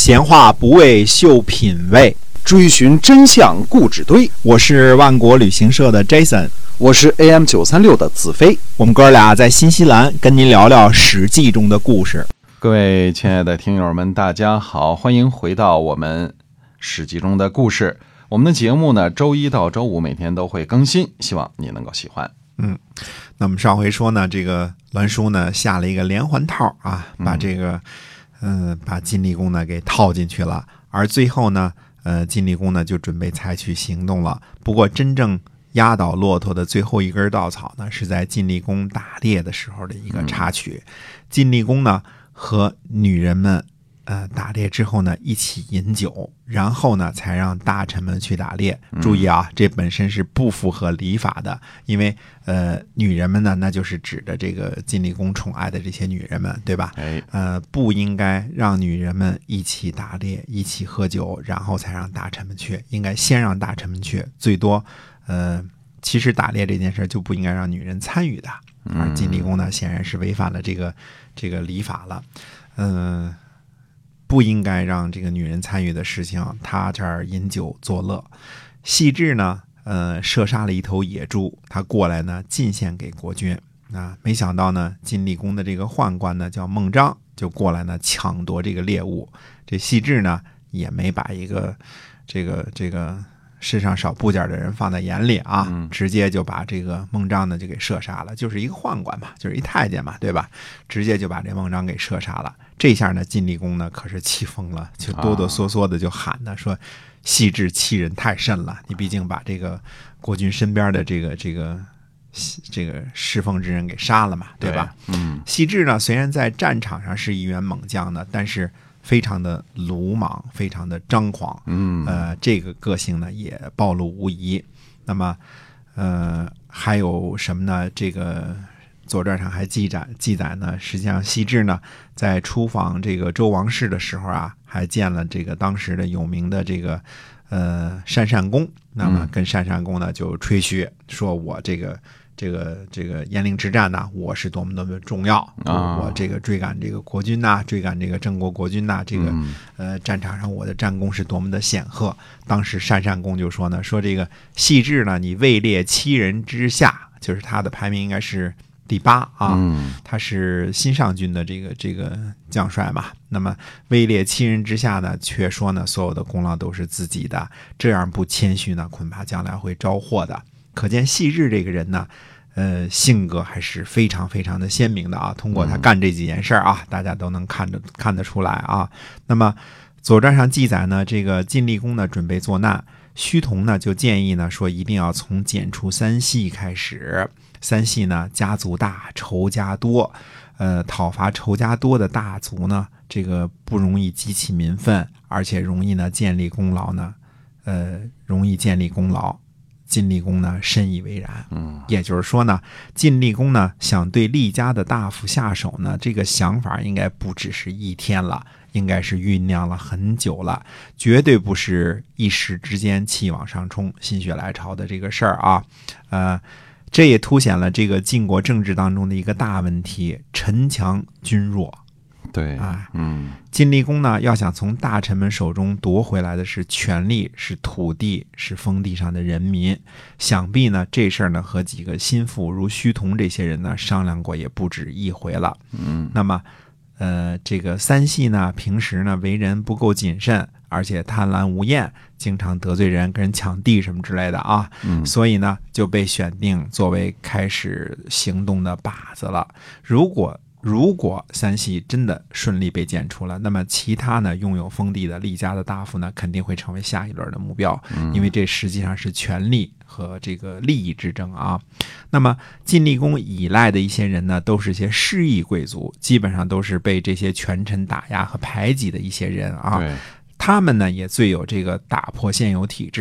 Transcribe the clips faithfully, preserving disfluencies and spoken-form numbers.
闲话不为秀品味， 追寻真相故纸堆。 我是万国旅行社的 Jason， 我是 A M 九三六 的子飞。 我们哥俩在新西兰跟您聊聊史记中的故事。 各位亲爱的听友们，大家好，欢迎回到我们史记中的故事。我们的节目呢，周一到周五每天都会更新，希望你能够喜欢。 嗯，那我们上回说呢，这个栾书呢下了一个连环套啊，把这个嗯、呃、把晋厉公呢给套进去了，而最后呢，呃晋厉公呢就准备采取行动了。不过真正压倒骆驼的最后一根稻草呢，是在晋厉公打猎的时候的一个插曲。晋厉公呢和女人们呃，打猎之后呢，一起饮酒，然后呢，才让大臣们去打猎。注意啊，这本身是不符合礼法的，因为呃，女人们呢，那就是指的这个晋厉公宠爱的这些女人们，对吧？ 哎， 呃，不应该让女人们一起打猎，一起喝酒，然后才让大臣们去，应该先让大臣们去，最多呃，其实打猎这件事就不应该让女人参与的。而晋厉公呢，显然是违反了这个这个礼法了，嗯、呃。不应该让这个女人参与的事情，他这儿饮酒作乐。细致呢，呃，射杀了一头野猪，他过来呢进献给国君啊。没想到呢，晋厉公的这个宦官呢叫孟章，就过来呢抢夺这个猎物。这细致呢也没把一个这个这个世上少部件的人放在眼里啊， 嗯、 直接就把这个孟章呢就给射杀了，就是一个宦官嘛，就是一太监嘛，对吧？直接就把这孟章给射杀了。这下呢，晋厉公呢可是气疯了，就哆哆嗦嗦的就喊呢、啊、说：“细致欺人太甚了！你毕竟把这个国君身边的这个这个这个侍奉之人给杀了嘛，对吧？” 对嗯， 细致呢虽然在战场上是一员猛将呢，但是非常的鲁莽，非常的张狂， 嗯， 呃，这个个性呢也暴露无遗。那么，呃，还有什么呢？这个左传上还记载记载呢，实际上细致呢在出访这个周王室的时候啊，还见了这个当时的有名的这个呃单善公，那么跟单善公呢就吹嘘说，我这个。这个这个鄢陵之战呢，我是多么多么重要！ 啊、 我这个追赶这个国军呐，追赶这个郑国国军呐，这个、 嗯、 呃战场上我的战功是多么的显赫。当时单善公就说呢，说这个细致呢，你位列七人之下，就是他的排名应该是第八啊， 嗯、 他是新上军的这个这个将帅嘛。那么位列七人之下呢，却说呢所有的功劳都是自己的，这样不谦虚呢，恐怕将来会招祸的。可见细致这个人呢，呃，性格还是非常非常的鲜明的啊。通过他干这几件事啊，嗯、大家都能看得看得出来啊。那么左传上记载呢，这个晋厉公呢准备作难，胥同呢就建议呢说，一定要从剪除三系开始。三系呢家族大，仇家多，呃，讨伐仇家多的大族呢，这个不容易激起民愤，而且容易呢建立功劳呢，呃，容易建立功劳。晋厉公呢深以为然， 嗯， 也就是说呢，晋厉公呢想对厉家的大夫下手呢，这个想法应该不只是一天了，应该是酝酿了很久了，绝对不是一时之间气往上冲、心血来潮的这个事儿啊。呃，这也凸显了这个晋国政治当中的一个大问题：臣强君弱。 对啊， 嗯， 晋厉公呢，要想从大臣们手中夺回来的是权力，是土地，是封地上的人民。想必呢，这事儿呢和几个心腹如胥同这些人呢商量过也不止一回了。 嗯， 那么，呃，这个三系呢，平时呢为人不够谨慎，而且贪婪无厌，经常得罪人，跟人抢地什么之类的啊。 嗯， 所以呢，就被选定作为开始行动的靶子了。如果如果三系真的顺利被剪除了，那么其他呢拥有封地的厉家的大夫呢，肯定会成为下一轮的目标，因为这实际上是权力和这个利益之争啊。那么晋厉公依赖的一些人呢，都是一些失意贵族，基本上都是被这些权臣打压和排挤的一些人啊。 对， 他们呢也最有这个打破现有体制，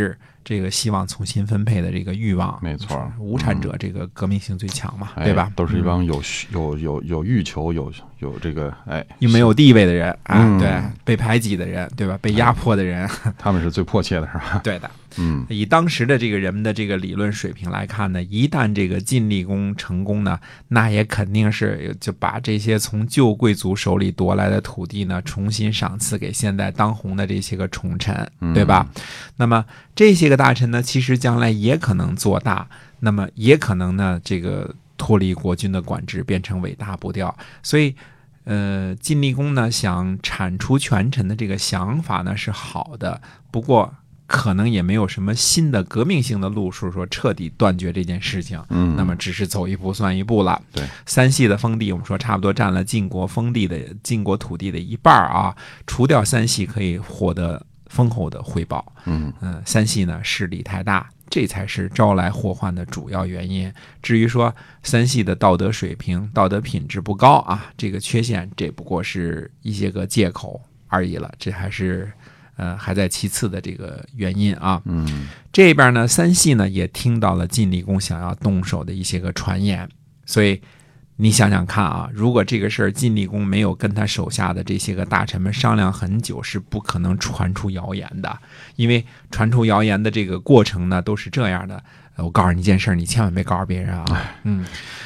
这个希望重新分配的这个欲望。 没错， 无产者这个革命性最强嘛， 嗯、 对吧？ 都是一帮有有有有欲求、有有这个哎又没有地位的人啊， 嗯、 对，被排挤的人，对吧？被压迫的人， 他们是最迫切的，是吧？ 对的。 嗯， 以当时的这个人们的这个理论水平来看呢，一旦这个晋厉公成功呢，那也肯定是就把这些从旧贵族手里夺来的土地呢，重新赏赐给现在当红的这些个宠臣，对吧？嗯、那么这些个大臣呢，其实将来也可能做大，那么也可能呢，这个脱离国君的管制，变成尾大不掉。所以，呃，晋厉公呢想铲除权臣的这个想法呢是好的，不过可能也没有什么新的革命性的路数，说彻底断绝这件事情。嗯，那么只是走一步算一步了。对，三系的封地，我们说差不多占了晋国封地的晋国土地的一半啊。除掉三系，可以获得丰厚的回报。嗯嗯、呃，三系呢势力太大，这才是招来祸患的主要原因。至于说三系的道德水平、道德品质不高啊，这个缺陷，这不过是一些个借口而已了。这还是。呃，还在其次的这个原因啊，嗯，这边呢，三系呢也听到了晋厉公想要动手的一些个传言，所以你想想看啊，如果这个事儿晋厉公没有跟他手下的这些个大臣们商量很久，是不可能传出谣言的，因为传出谣言的这个过程呢，都是这样的。我告诉你一件事，你千万别告诉别人啊，嗯，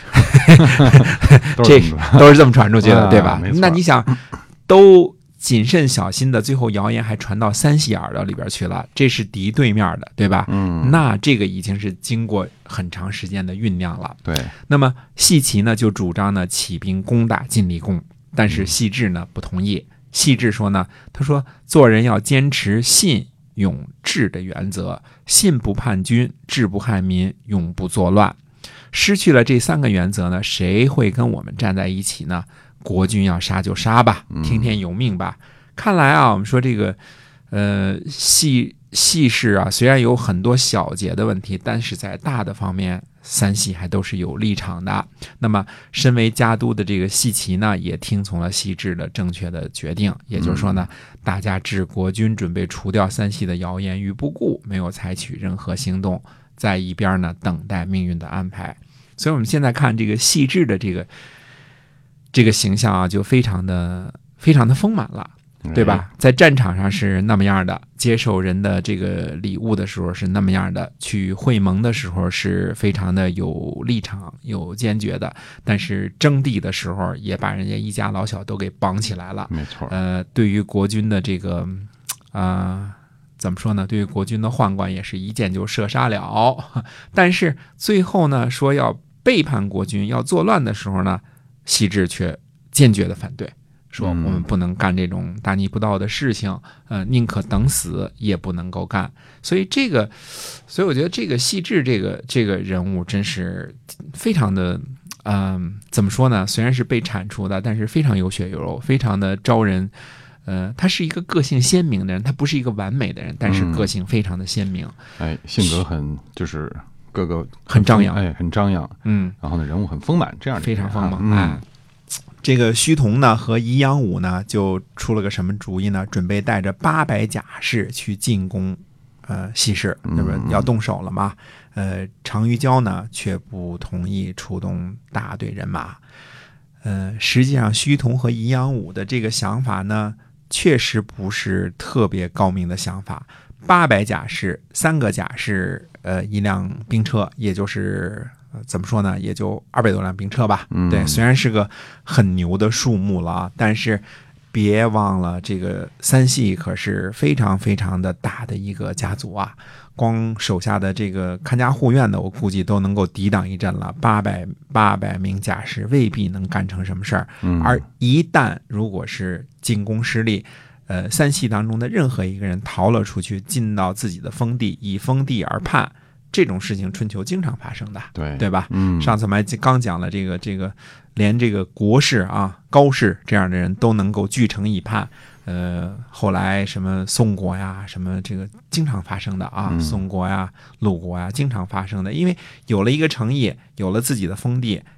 这都是这么传出去的，对吧？那你想都。谨慎小心的，最后谣言还传到三系耳朵里边去了，这是敌对面的，对吧？嗯，那这个已经是经过很长时间的酝酿了。对，那么细齐呢就主张呢起兵攻打晋厉公，但是细致呢不同意。细致说呢，他说做人要坚持信、勇、智的原则，信不叛军，智不害民，勇不作乱。失去了这三个原则呢，谁会跟我们站在一起呢？国君要杀就杀吧，听天由命吧。嗯、看来啊，我们说这个，呃，细细事啊，虽然有很多小节的问题，但是在大的方面，三系还都是有立场的。那么，身为家督的这个细齐呢，也听从了细致的正确的决定。也就是说呢，嗯、大家置国君准备除掉三系的谣言于不顾，没有采取任何行动，在一边呢等待命运的安排。所以，我们现在看这个细致的这个。这个形象啊，就非常的非常的丰满了，对吧？在战场上是那么样的，接受人的这个礼物的时候是那么样的，去会盟的时候是非常的有立场、有坚决的，但是征地的时候也把人家一家老小都给绑起来了。没错。呃，对于国军的这个啊、呃，怎么说呢？对于国军的宦官也是一箭就射杀了。但是最后呢，说要背叛国军、要作乱的时候呢。细致却坚决的反对，说我们不能干这种大逆不道的事情，呃，宁可等死也不能够干。所以这个，所以我觉得这个细致这个这个人物真是非常的，嗯、呃，怎么说呢？虽然是被铲除的，但是非常有血有肉，非常的招人。呃，他是一个个性鲜明的人，他不是一个完美的人，但是个性非常的鲜明。嗯、 哎，性格很就是。各个很张扬， 哎，很张扬，嗯，然后呢，人物很丰满，这样的非常丰满，哎，这个胥童呢和宜阳武呢就出了个什么主意呢？准备带着八百甲士去进攻，呃，西市，那不是要动手了吗？呃，常遇交呢却不同意出动大队人马，呃，实际上胥童和宜阳武的这个想法呢，确实不是特别高明的想法。八百甲士，三个甲士，呃，一辆兵车，也就是、呃、怎么说呢，也就二百多辆兵车吧。嗯、对，虽然是个很牛的数目了啊，但是别忘了，这个三系可是非常非常的大的一个家族啊。光手下的这个看家护院的，我估计都能够抵挡一阵了。八百八百名甲士未必能干成什么事儿，嗯、而一旦如果是进攻失利。呃，三系当中的任何一个人逃了出去，进到自己的封地，以封地而叛，这种事情春秋经常发生的，对对吧？嗯，上次我们还刚讲了这个这个，连这个国士啊、高士这样的人都能够据城以叛。呃，后来什么宋国呀，什么这个经常发生的啊，嗯、宋国呀、鲁国呀，经常发生的，因为有了一个城邑，有了自己的封地，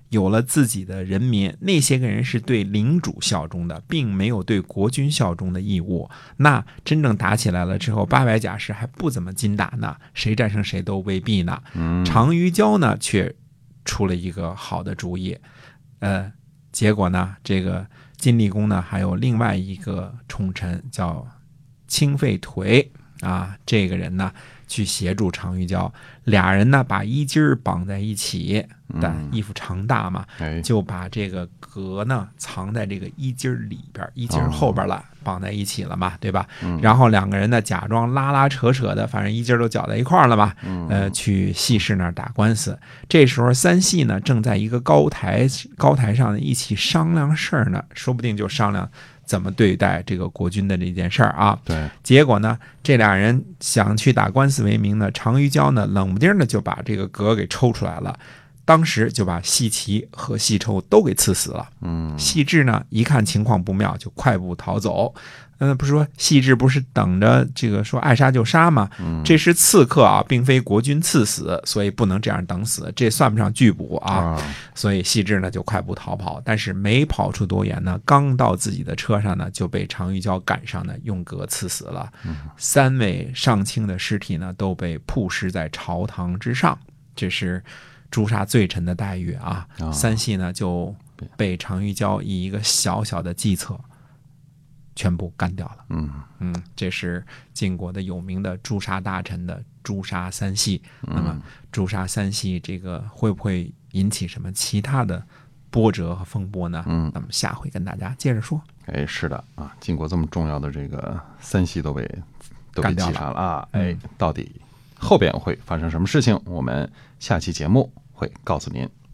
有了自己的人民，那些个人是对领主效忠的，并没有对国君效忠的义务。那真正打起来了之后，八百甲士还不怎么经打呢，谁战胜谁都未必呢。常于交呢却出了一个好的主意，呃，结果呢，这个晋厉公呢还有另外一个宠臣叫清费颓啊，这个人呢去协助常于交，俩人呢把衣襟绑在一起，但衣服长大嘛， 嗯、 就把这个革呢藏在这个衣襟里边，衣襟后边了，哦、绑在一起了嘛，对吧？ 嗯、 然后两个人呢假装拉拉扯扯的，反正衣襟都绞在一块了嘛， 嗯、 呃，去戏室那儿打官司。这时候三系呢正在一个高台高台上一起商量事儿呢，说不定就商量怎么对待这个国君的这件事儿啊？ 对， 结果呢，这俩人想去打官司为名呢，常于交呢冷不丁的就把这个革给抽出来了，当时就把细齐和细抽都给刺死了。 嗯， 细致呢一看情况不妙，就快步逃走。嗯，不是说细致不是等着这个说爱杀就杀吗？ 嗯、 这是刺客啊，并非国君赐死，所以不能这样等死，这算不上拒捕啊。 啊所以细致呢就快步逃跑，但是没跑出多远呢，刚到自己的车上呢，就被常于交赶上呢，用革刺死了。 嗯、 三位上卿的尸体呢都被曝尸在朝堂之上，这是诛杀罪臣的待遇啊。 啊三系呢就被常于交以一个小小的计策全部干掉了。 嗯嗯，这是晋国的有名的诛杀大臣的诛杀三系。那么诛杀三系这个会不会引起什么其他的波折和风波呢？ 嗯， 那么下回跟大家接着说。 哎，是的啊，晋国这么重要的这个三系都被都被击杀了啊！哎，到底后边会发生什么事情？我们下期节目会告诉您。